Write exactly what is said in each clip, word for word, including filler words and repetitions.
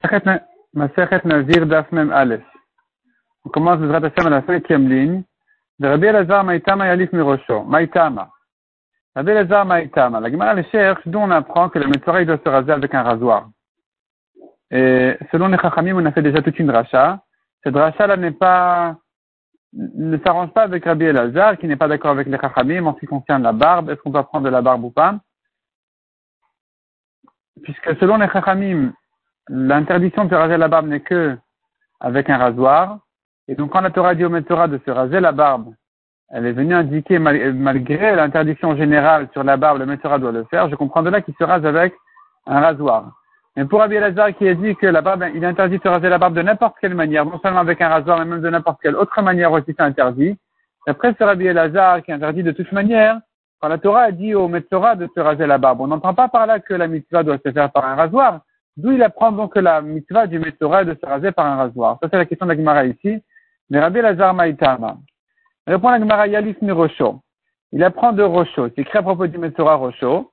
Masechet Nazir Daf Mem Aleph. On commence le Hashem à la cinquième ligne. De Rabbi Elazar Maïtama Yalif Mirosho. Maïtama. Rabbi Elazar Maïtama. La Gemara les cherche, d'où on apprend que le Metzora doit se raser avec un rasoir. Et selon les Chachamim, on a fait déjà toute une dracha. Cette dracha-là n'est pas, ne s'arrange pas avec Rabbi Elazar, qui n'est pas d'accord avec les Chachamim en ce qui concerne la barbe. Est-ce qu'on doit prendre de la barbe ou pas? Puisque selon les Chachamim, l'interdiction de se raser la barbe n'est que avec un rasoir. Et donc, quand la Torah dit au Metzora de se raser la barbe, elle est venue indiquer, mal, malgré l'interdiction générale sur la barbe, le Metzora doit le faire. Je comprends de là qu'il se rase avec un rasoir. Mais pour Rabbi Elazar qui a dit que la barbe, il est interdit de se raser la barbe de n'importe quelle manière, non seulement avec un rasoir, mais même de n'importe quelle autre manière aussi c'est interdit. Après, c'est Rabbi Elazar qui est interdit de toute manière. Quand la Torah a dit au Metzora de se raser la barbe, on n'entend pas par là que la mitzvah doit se faire par un rasoir. D'où il apprend donc que la mitzvah du Metzora est de se raser par un rasoir. Ça, c'est la question de la Gemara ici. Mais Rabbi Elazar Maïtama. Répond la Gemara Yalif mi Rosho. Il apprend de Rosho. C'est écrit à propos du Metzora Rosho.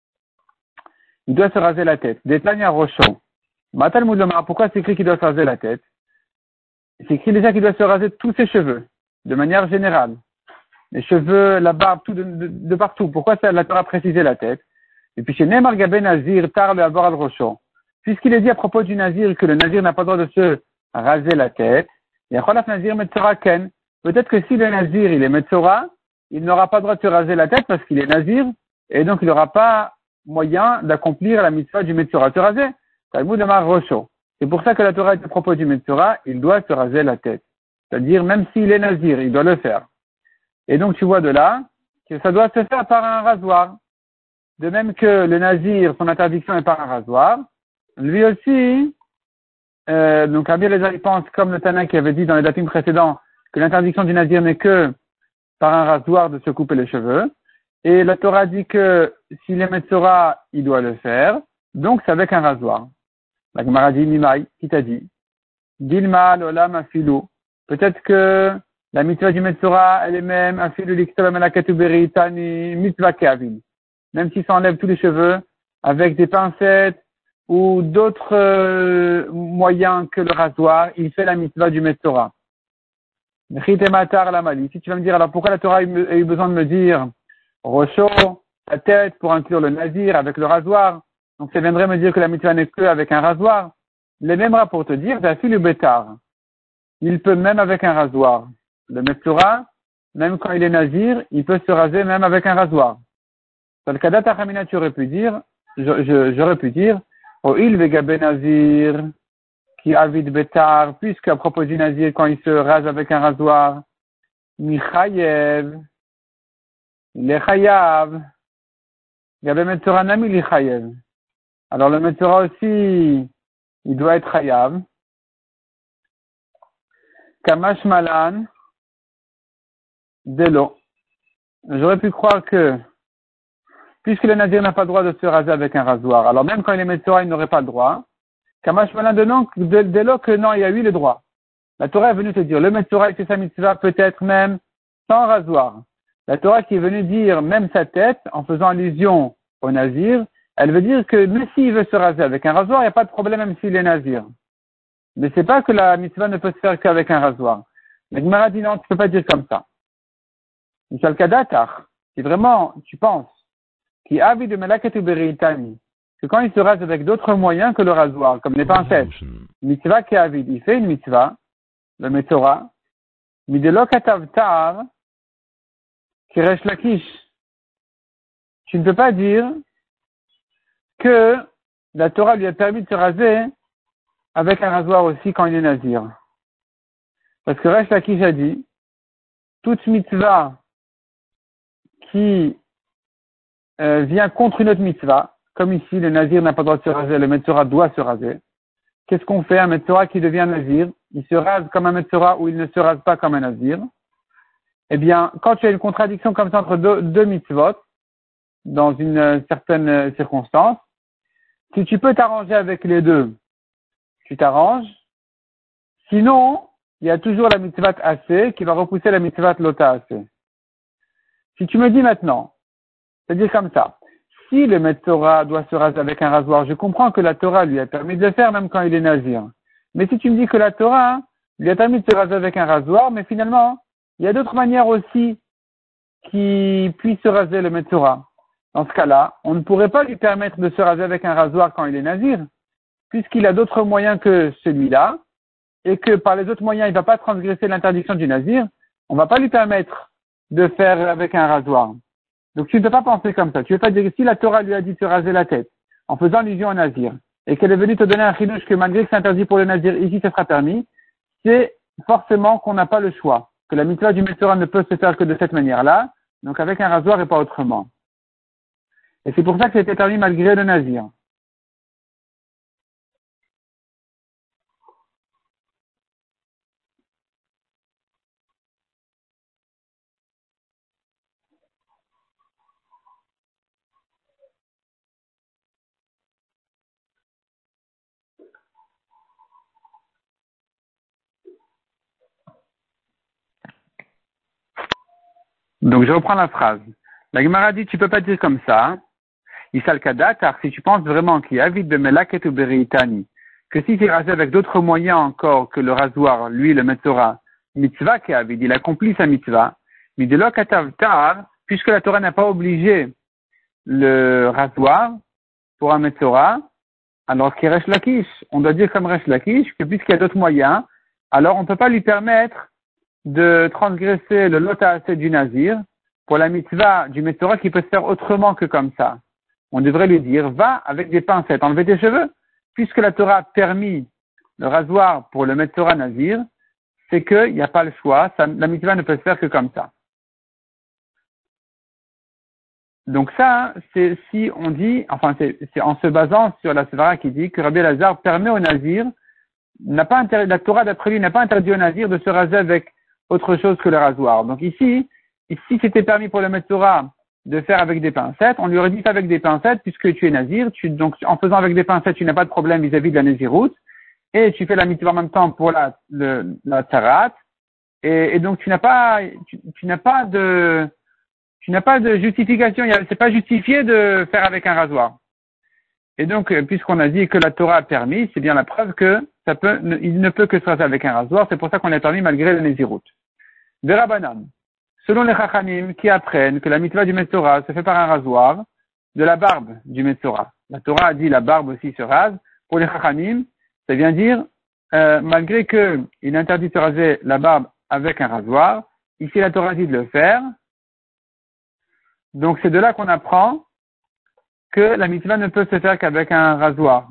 Il doit se raser la tête. Détania Rosho. Matal Moudlomar. Pourquoi c'est écrit qu'il doit se raser la tête? C'est écrit déjà qu'il doit se raser tous ses cheveux. De manière générale. Les cheveux, la barbe, tout de, de, de partout. Pourquoi ça, la Torah a précisé la tête? Et puis chez Neymar Gabé Nazir, Tar le Abor al Rosho. Puisqu'il est dit à propos du Nazir que le Nazir n'a pas le droit de se raser la tête, et à Cholaf Nazir Metzora Ken, peut-être que si le Nazir il est Metzora, il n'aura pas le droit de se raser la tête parce qu'il est Nazir, et donc il n'aura pas moyen d'accomplir la mitzvah du Metzora. Se raser, Talmud Amar Rosho. C'est pour ça que la Torah est à propos du Metzora, il doit se raser la tête. C'est-à-dire, même s'il est Nazir, il doit le faire. Et donc tu vois de là que ça doit se faire par un rasoir. De même que le Nazir, son interdiction est par un rasoir, lui aussi, euh, donc Rabbi Elazar il pense comme le Tana qui avait dit dans les datim précédents que l'interdiction du Nazir n'est que par un rasoir de se couper les cheveux. Et la Torah dit que s'il est Metzora, il doit le faire. Donc c'est avec un rasoir. La Gemara dit Mimai, qui t'a dit? Dilma l'olam afilou. Peut-être que la mitzvah du Metzora, elle est même afilou l'iktolam alakatu beritani mitzvah keavim. Même s'il s'enlève tous les cheveux avec des pincettes ou d'autres euh, moyens que le rasoir, il fait la mitzvah du Metzora. Si tu vas me dire, alors pourquoi la Torah a eu besoin de me dire Rosho, la tête, pour inclure le Nazir avec le rasoir, donc ça viendrait me dire que la mitzvah n'est que avec un rasoir. Les mêmes rats pour te dire, le bétar. Il peut même avec un rasoir. Le Metzora, même quand il est Nazir, il peut se raser même avec un rasoir. Dans le cas d'Atachamina, tu aurais pu dire, je, je, j'aurais pu dire, oh, il vegabe Nazir, qui avid betar, puisque à propos du Nazir, quand il se rase avec un rasoir, Michayev, il est Chayav, Gabe Metzora nami li Chayev. Alors le Metzora aussi, il doit être Chayav. Kamash Malan, Delo. J'aurais pu croire que, puisque le Nazir n'a pas le droit de se raser avec un rasoir, alors même quand il est Metzora, il n'aurait pas le droit. Kamash Malin de non, de, de là que non, il y a eu le droit. La Torah est venue te dire, le Metzora fait sa mitzvah peut-être même sans rasoir. La Torah qui est venue dire même sa tête, en faisant allusion au Nazir, elle veut dire que même s'il veut se raser avec un rasoir, il n'y a pas de problème même s'il est Nazir. Mais c'est pas que la mitzvah ne peut se faire qu'avec un rasoir. Mais Gemara dit non, tu peux pas dire comme ça. Michal Kadatar, si vraiment tu penses, qui a vu de Melakatu Bereitani, que quand il se rase avec d'autres moyens que le rasoir, comme les pincettes, mitzvah qui avid, il fait une mitzvah, le Metzora, midelo katav tar, kiresh lakish. Tu ne peux pas dire que la Torah lui a permis de se raser avec un rasoir aussi quand il est nazir. Parce que Resh Lakish a dit, toute mitzvah qui euh, vient contre une autre mitzvah, comme ici, le Nazir n'a pas le droit de se raser, le Metzora doit se raser. Qu'est-ce qu'on fait? Un Metzora qui devient Nazir, il se rase comme un Metzora ou il ne se rase pas comme un Nazir. Eh bien, quand tu as une contradiction comme ça entre deux, deux mitzvot, dans une euh, certaine euh, circonstance, si tu peux t'arranger avec les deux, tu t'arranges. Sinon, il y a toujours la mitzvah assez qui va repousser la mitzvah lota assez. Si tu me dis maintenant, c'est-à-dire comme ça, si le Maître Torah doit se raser avec un rasoir, je comprends que la Torah lui a permis de le faire même quand il est nazir. Mais si tu me dis que la Torah hein, lui a permis de se raser avec un rasoir, mais finalement, il y a d'autres manières aussi qui puissent se raser le Maître Torah. Dans ce cas-là, on ne pourrait pas lui permettre de se raser avec un rasoir quand il est nazir, puisqu'il a d'autres moyens que celui-là, et que par les autres moyens, il ne va pas transgresser l'interdiction du nazir, on ne va pas lui permettre de faire avec un rasoir. Donc tu ne peux pas penser comme ça. Tu ne peux pas dire que si la Torah lui a dit de se raser la tête, en faisant allusion au nazir, et qu'elle est venue te donner un chidouche que malgré que c'est interdit pour le nazir, ici ça sera permis, c'est forcément qu'on n'a pas le choix, que la mitzvah du Maître Torah ne peut se faire que de cette manière-là, donc avec un rasoir et pas autrement. Et c'est pour ça que c'était permis malgré le nazir. Donc je reprends la phrase. La Gemara dit, tu peux pas dire comme ça. Isal Kada, car si tu penses vraiment qu'il y a vide de Melaket ou Bereitani, que si c'est rasé avec d'autres moyens encore que le rasoir, lui, le Maître Torah, mitzvah qui a vide, il accomplit sa mitzvah, mais de l'okatav tar, puisque la Torah n'a pas obligé le rasoir pour un Maître Torah, alors qu'il Resh Lakish, on doit dire comme Resh Lakish que puisqu'il y a d'autres moyens, alors on ne peut pas lui permettre de transgresser le lota assez du nazir pour la mitzvah du Maître Torah qui peut se faire autrement que comme ça. On devrait lui dire, va avec des pincettes, enlever tes cheveux. Puisque la Torah a permis le rasoir pour le Maître Torah nazir, c'est qu'il n'y a pas le choix, ça, la mitzvah ne peut se faire que comme ça. Donc ça, c'est si on dit, enfin c'est, c'est en se basant sur la Sevara qui dit que Rabbi Elazar permet au nazir, n'a pas interdit, la Torah d'après lui n'a pas interdit au nazir de se raser avec autre chose que le rasoir. Donc ici, si c'était permis pour le Maître Torah de faire avec des pincettes, on lui aurait dit avec des pincettes puisque tu es nazir, tu, donc en faisant avec des pincettes, tu n'as pas de problème vis-à-vis de la naziroute, et tu fais la mitzvah en même temps pour la, le, la tarat, et, et donc tu n'as pas, tu, tu n'as pas de, tu n'as pas de justification, c'est pas justifié de faire avec un rasoir. Et donc, puisqu'on a dit que la Torah a permis, c'est bien la preuve que ça peut, il ne peut que se raser avec un rasoir, c'est pour ça qu'on l'a permis malgré la naziroute. De Rabbanan. Selon les Chachamim qui apprennent que la mitzvah du Maître Torah se fait par un rasoir, de la barbe du Maître Torah. La Torah a dit la barbe aussi se rase. Pour les Chachamim, ça vient dire, euh, malgré qu'il interdit de se raser la barbe avec un rasoir, ici la Torah dit de le faire. Donc c'est de là qu'on apprend que la mitzvah ne peut se faire qu'avec un rasoir.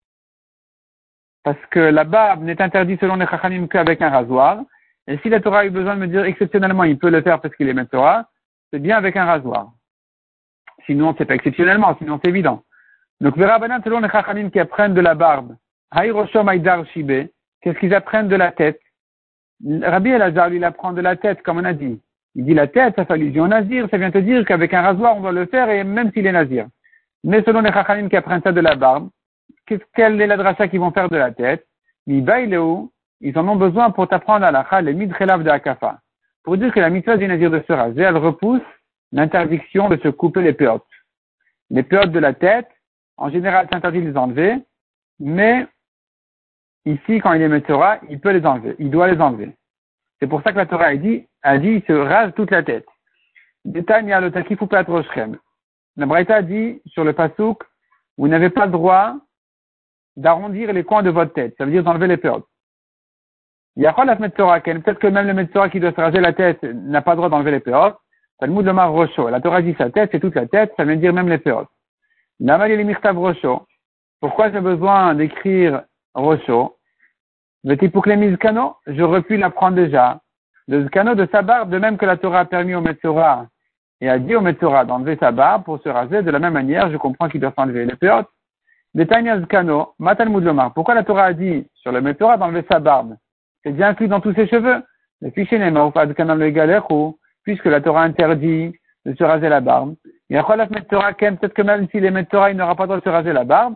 Parce que la barbe n'est interdite selon les Chachamim qu'avec un rasoir. Et si la Torah a eu besoin de me dire exceptionnellement, il peut le faire parce qu'il est Maître Torah, c'est bien avec un rasoir. Sinon, c'est pas exceptionnellement, sinon c'est évident. Donc, Vera Banan, selon les Chachamim qui apprennent de la barbe, Haïroshom Haïdar Shibe, qu'est-ce qu'ils apprennent de la tête? Rabbi Elazar, lui, il apprend de la tête, comme on a dit. Il dit la tête, ça fait allusion au nazir, ça vient te dire qu'avec un rasoir, on doit le faire, et même s'il est nazir. Mais selon les Chachamim qui apprennent ça de la barbe, quelle est la dracha qu'ils vont faire de la tête? Mi baileu, ils en ont besoin pour t'apprendre à la les midrelav de Akafa. Pour dire que la mitzvah du nazir de se raser, elle repousse l'interdiction de se couper les péotes. Les péotes de la tête, en général, c'est interdit de les enlever, mais ici, quand il est Maître Torah, il peut les enlever, il doit les enlever. C'est pour ça que la Torah a dit, a dit, il se rase toute la tête. Détail, il y a le takif ou pas troshrem. La Braïta a dit, sur le pasouk, vous n'avez pas le droit d'arrondir les coins de votre tête. Ça veut dire d'enlever les péotes. Il y a quoi la Maître Torah, peut-être que même le Maître Torah qui doit se raser la tête n'a pas le droit d'enlever les péotes. Talmud Lomar Rosho. La Torah dit sa tête, c'est toute la tête, ça veut dire même les péotes. Namal el Mirtav Rosho. Pourquoi j'ai besoin d'écrire Rosho? Veti pour les Mizkano, j'aurais pu l'apprendre déjà. Le Zkano de sa barbe, de même que la Torah a permis au Maître Torah et a dit au Maître Torah d'enlever sa barbe pour se raser, de la même manière, je comprends qu'il doit s'enlever les péotes. Detanya Zkano, Matalmud Lomar. Pourquoi la Torah a dit sur le Maître Torah d'enlever sa barbe? C'est bien inclus dans tous ses cheveux. Le fichier n'est pas puisque la Torah interdit de se raser la barbe. Il y a quoi la Torah peut-être que même s'il est Maître Torah, il n'aura pas le droit de se raser la barbe.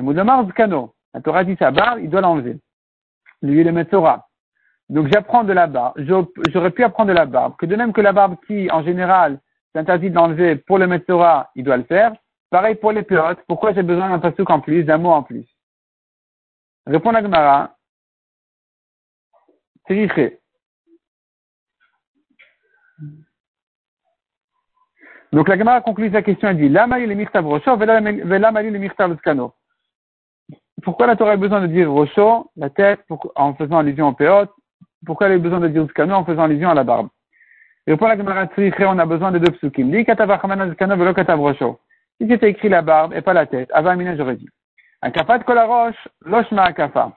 La Torah dit sa barbe, il doit l'enlever. Lui, il est Maître Torah. Donc j'apprends de la barbe, j'aurais pu apprendre de la barbe, que de même que la barbe qui, en général, c'est interdit de l'enlever pour le Maître Torah, il doit le faire. Pareil pour les péotes. Pourquoi j'ai besoin d'un pasuk en plus, d'un mot en plus? Répond la Gemara. Tzriche. Donc la Gemara conclut sa question et dit la mali le mirtav rosho, vela mali le mirtav skano. Pourquoi la Torah a besoin de dire rosho, la tête, pour, en faisant allusion au péot? Pourquoi elle a besoin de dire skano en faisant allusion à la barbe? Et pour la Gemara tzriche, on a besoin de deux psukim. Li katav achamana skano velo katav rosho. Si c'était écrit la barbe et pas la tête, avant mina j'aurais dit. Un kafat kol harosh, loshma akafa.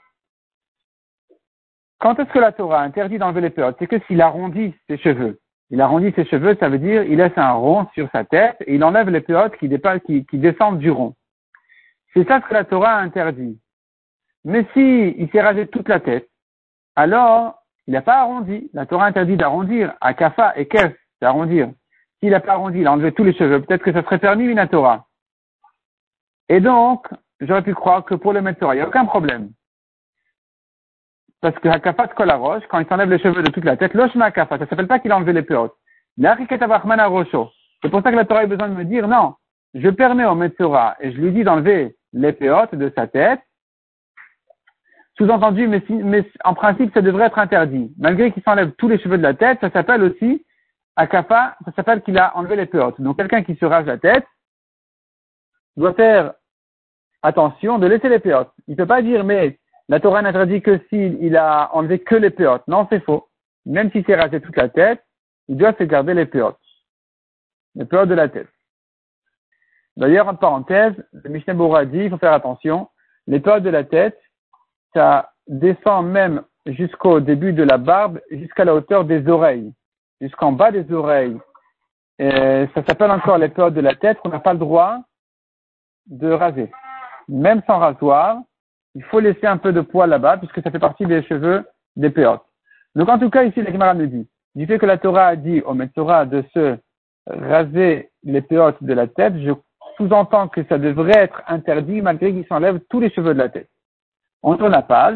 Quand est-ce que la Torah interdit d'enlever les péotes? C'est que s'il arrondit ses cheveux. Il arrondit ses cheveux, ça veut dire il laisse un rond sur sa tête et il enlève les péotes qui, qui, qui descendent du rond. C'est ça ce que la Torah interdit. Mais si il s'est rasé toute la tête, alors il n'a pas arrondi. La Torah interdit d'arrondir. À kafa et kef, c'est arrondir. S'il n'a pas arrondi, il a enlevé tous les cheveux. Peut-être que ça serait permis une Torah. Et donc, j'aurais pu croire que pour le Metzora, il n'y a aucun problème. Parce que Hakafat Kolarosh, quand il s'enlève les cheveux de toute la tête, Loshma Hakafat, ça ne s'appelle pas qu'il a enlevé les péotes. C'est pour ça que la Torah a besoin de me dire, non, je permets au Metzora, et je lui dis d'enlever les péotes de sa tête. Sous-entendu, mais, si, mais en principe, ça devrait être interdit. Malgré qu'il s'enlève tous les cheveux de la tête, ça s'appelle aussi Hakafa, ça s'appelle qu'il a enlevé les péotes. Donc quelqu'un qui se rase la tête doit faire attention de laisser les péotes. Il ne peut pas dire, mais la Torah n'interdit que s'il il a enlevé que les péotes. Non, c'est faux. Même s'il s'est rasé toute la tête, il doit se garder les péotes. Les péotes de la tête. D'ailleurs, en parenthèse, le Mishnah Berurah dit, il faut faire attention, les péotes de la tête, ça descend même jusqu'au début de la barbe, jusqu'à la hauteur des oreilles, jusqu'en bas des oreilles. Et ça s'appelle encore les péotes de la tête, qu'on n'a pas le droit de raser. Même sans rasoir, il faut laisser un peu de poil là-bas, puisque ça fait partie des cheveux des péotes. Donc en tout cas, ici, la Gemara nous dit, du fait que la Torah a dit au Metzora de se raser les péotes de la tête, je sous-entends que ça devrait être interdit malgré qu'il s'enlève tous les cheveux de la tête. On tourne la page.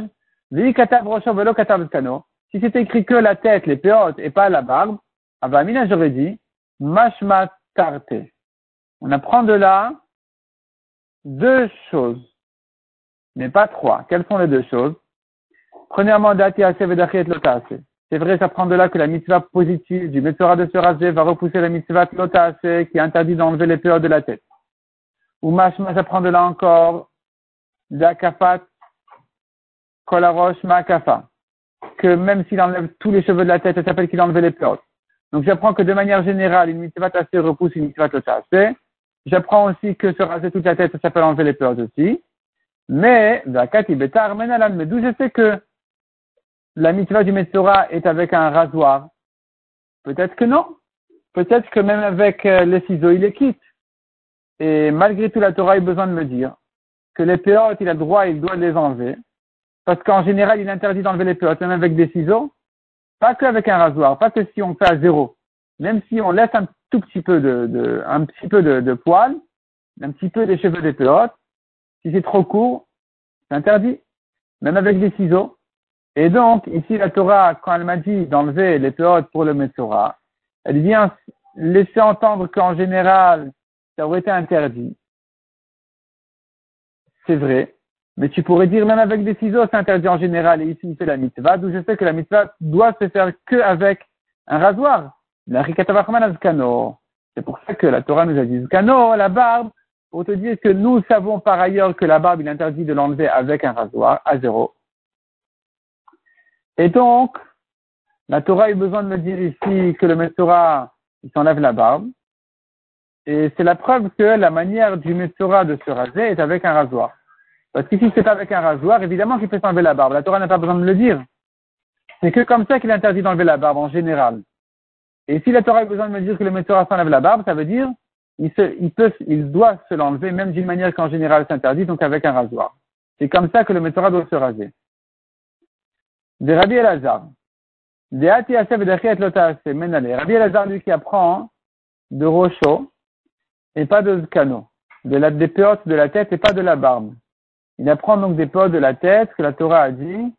Si c'était écrit que la tête, les péotes et pas la barbe, Avamina, j'aurais dit, mashma tarte. On apprend de là deux choses, mais pas trois. Quelles sont les deux choses? Premièrement, dati ase vedachet lota ase. C'est vrai, ça prend de là que la mitzvah positive du Metzora de se raser va repousser la mitzvah lota ase qui interdit d'enlever les péotes de la tête. Ou mashma, ça prend de là encore, dakafat kolarosh ma'akafa. Que même s'il enlève tous les cheveux de la tête, ça s'appelle qu'il a enlevé les péotes. Donc j'apprends que de manière générale, une mitzvah tassée repousse une mitzvah tassée. J'apprends aussi que se raser toute la tête, ça s'appelle enlever les péotes aussi. Mais, mais d'où je sais que la mitzvah du Metzora est avec un rasoir? Peut-être que non. Peut-être que même avec les ciseaux, il les quitte. Et malgré tout, la Torah a besoin de me dire que les péotes, il a le droit, il doit les enlever. Parce qu'en général, il interdit d'enlever les péotes, même avec des ciseaux. Pas qu'avec un rasoir, pas que si on fait à zéro. Même si on laisse un tout petit peu de, de un petit peu de, de poil, un petit peu des cheveux des péotes, si c'est trop court, c'est interdit. Même avec des ciseaux. Et donc, ici, la Torah, quand elle m'a dit d'enlever les péotes pour le Metzora, elle vient laisser entendre qu'en général, ça aurait été interdit. C'est vrai. Mais tu pourrais dire même avec des ciseaux, c'est interdit en général. Et ici, il fait la mitzvah, d'où je sais que la mitzvah doit se faire que avec un rasoir. La rikatavachman zkano. C'est pour ça que la Torah nous a dit zkano, la barbe, pour te dire que nous savons par ailleurs que la barbe, il est interdit de l'enlever avec un rasoir, à zéro. Et donc, la Torah a eu besoin de me dire ici que le Metzora, il s'enlève la barbe. Et c'est la preuve que la manière du Metzora de se raser est avec un rasoir. Parce qu'ici, c'est avec un rasoir, évidemment qu'il peut s'enlever la barbe. La Torah n'a pas besoin de me le dire. C'est que comme ça qu'il est interdit d'enlever la barbe en général. Et si la Torah a besoin de me dire que le Metzora s'enlève la barbe, ça veut dire il, se, il, peut, il doit se l'enlever, même d'une manière qu'en général c'est interdit, donc avec un rasoir. C'est comme ça que le Metzora doit se raser. De Rabbi Elazar. De Ati Asef Dechiet Lota Ase Menale. Rabbi Elazar, lui qui apprend de Rocho et pas de Zkano. De la, des péotes de la tête et pas de la barbe. Il apprend donc des péotes de la tête que la Torah a dit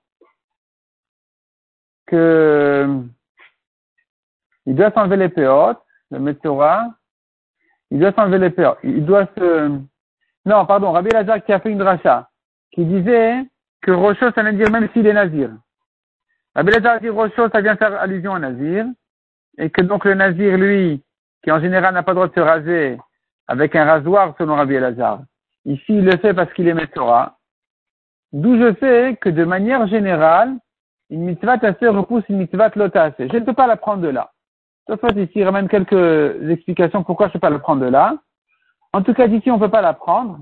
que il doit s'enlever les péotes, le Metzora, il doit s'enlever les peurs. Il doit se, non, pardon, Rabbi Elazar qui a fait une dracha, qui disait que Rocho, ça veut dire même s'il est nazir. Rabbi Elazar dit Rocho, ça vient faire allusion au nazir, et que donc le nazir, lui, qui en général n'a pas le droit de se raser avec un rasoir selon Rabbi Elazar, ici il le fait parce qu'il est Torah, d'où je sais que de manière générale, une mitzvah tassé repousse une mitzvah lotassé. Je ne peux pas la prendre de là. Toutefois, ici, il ramène quelques explications pourquoi je ne peux pas la prendre de là. En tout cas, d'ici, on ne peut pas la prendre.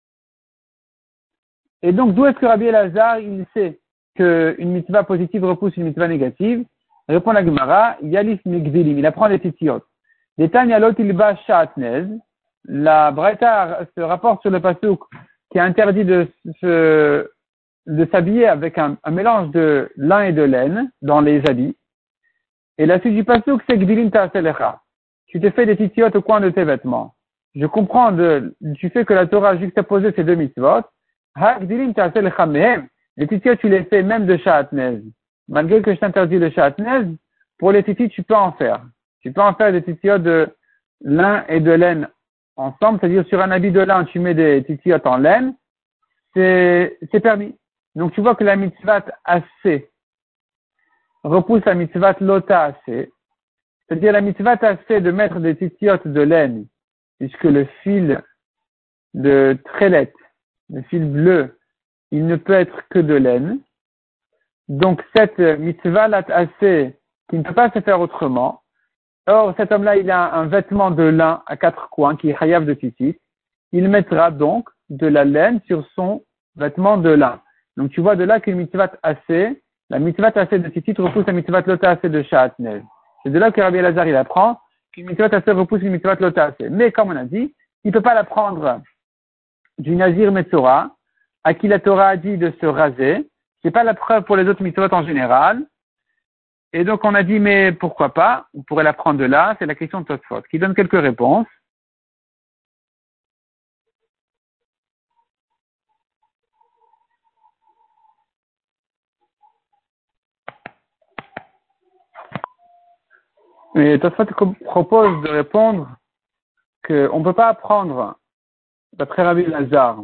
Et donc, d'où est-ce que Rabbi Elazar, il sait qu'une mitzvah positive repousse une mitzvah négative? Répond la Gemara, Yalis Migdilim, il apprend les titiot. Des Tanyalot ilba sha'atnez, la Braïta se rapporte sur le pasuk qui a interdit de se, de s'habiller avec un, un mélange de lin et de laine dans les habits. Et la suite du pasuk, c'est Gdilim ta'aselecha. Tu te fais des titiotes au coin de tes vêtements. Je comprends de, du fait que la Torah a juxtaposé ces deux mitzvot. Ha Gdilim ta'aselecha mehem. Les titiotes, tu les fais même de sha'atnez. Malgré que je t'interdis le sha'atnez, pour les titites, tu peux en faire. Tu peux en faire des titiotes de lin et de laine ensemble. C'est-à-dire, sur un habit de lin, tu mets des titiotes en laine. C'est, c'est permis. Donc, tu vois que la mitzvah assez repousse la mitzvah lota assez, c'est-à-dire la mitzvah assez de mettre des titiotes de laine, puisque le fil de trélette, le fil bleu, il ne peut être que de laine. Donc cette mitzvah là assez, qui ne peut pas se faire autrement. Or cet homme-là, il a un vêtement de lin à quatre coins qui est hayav de titit. Il mettra donc de la laine sur son vêtement de lin. Donc tu vois de là qu'une mitzvah assez, la mitzvah assez de titit repousse la mitzvah lota assez de sha'atnez. C'est de là que Rabbi Elazar il apprend qu'une mitzvah assez repousse une mitzvah lota assez. Mais comme on a dit, il ne peut pas l'apprendre du nazir metzora, à qui la Torah a dit de se raser. C'est pas la preuve pour les autres mitzvot en général. Et donc on a dit mais pourquoi pas, on pourrait l'apprendre de là, c'est la question de Tosfot, qui donne quelques réponses. Mais Tosfot propose de répondre qu'on ne peut pas apprendre, d'après Rabbi Elazar,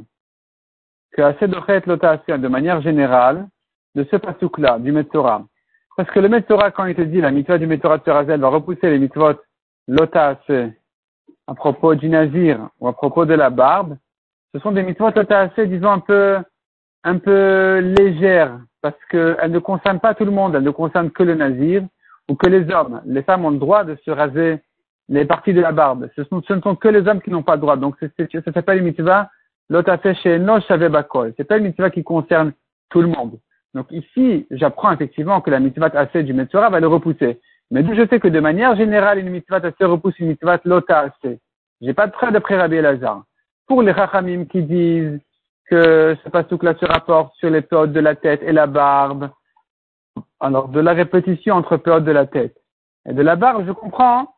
que assez de chet lotassia de manière générale, de ce pasuk-là, du Metzora. Parce que le Metzora, quand il te dit la mitzvah du Metzora de Serazel va repousser les mitzvot lotassia à propos du nazir ou à propos de la barbe, ce sont des mitzvot lotassia, disons, un peu, un peu légères, parce qu'elles ne concernent pas tout le monde, elles ne concernent que le nazir, ou que les hommes. Les femmes ont le droit de se raser les parties de la barbe. Ce, sont, ce ne sont que les hommes qui n'ont pas le droit. Donc, c'est, c'est, ça s'appelle une mitzvah lotaseh she'eno shaveh bakol. C'est pas une mitzvah qui concerne tout le monde. Donc, ici, j'apprends effectivement que la mitzvah assez du Metzora va le repousser. Mais d'où je sais que de manière générale, une mitzvah assez repousse une mitzvah lotaseh. J'ai pas de preuve d'après Rabbi Elazar. Pour les chachamim qui disent que ce pasuk-là se rapporte sur les périodes de la tête et la barbe, alors, de la répétition entre période de la tête et de la barbe, je comprends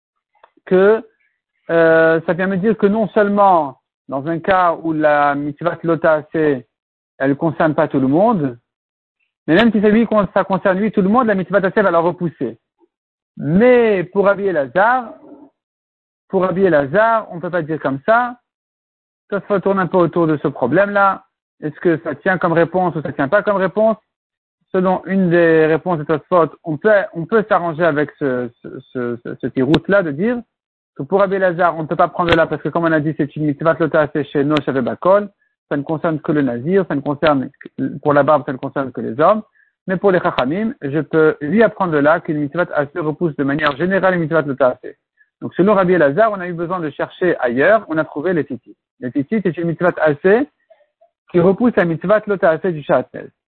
que euh, ça vient me dire que non seulement dans un cas où la mitzvah lotaseh, elle ne concerne pas tout le monde, mais même si c'est lui, ça concerne lui tout le monde, la mitzvah tasseh va la repousser. Mais pour Rabbi Elazar, pour Rabbi Elazar, on ne peut pas dire comme ça. Ça se retourne un peu autour de ce problème-là. Est-ce que ça tient comme réponse ou ça tient pas comme réponse? Selon une des réponses de Tosfot, on peut, on peut s'arranger avec ce, ce, ce, ce, ce petit route-là de dire que pour Rabbi Elazar, on ne peut pas prendre là parce que comme on a dit, c'est une mitzvah lotaseh she'eno shaveh bakol. Ça ne concerne que le nazir, ça ne concerne, pour la barbe, ça ne concerne que les hommes. Mais pour les chachamim, je peux lui apprendre de là qu'une mitzvah assez repousse de manière générale une mitzvah lotaseh. Donc selon Rabbi Elazar, on a eu besoin de chercher ailleurs, on a trouvé les tzitzit. Les tzitzit, c'est une mitzvah assez qui repousse la mitzvah lotaseh du sha'atnez.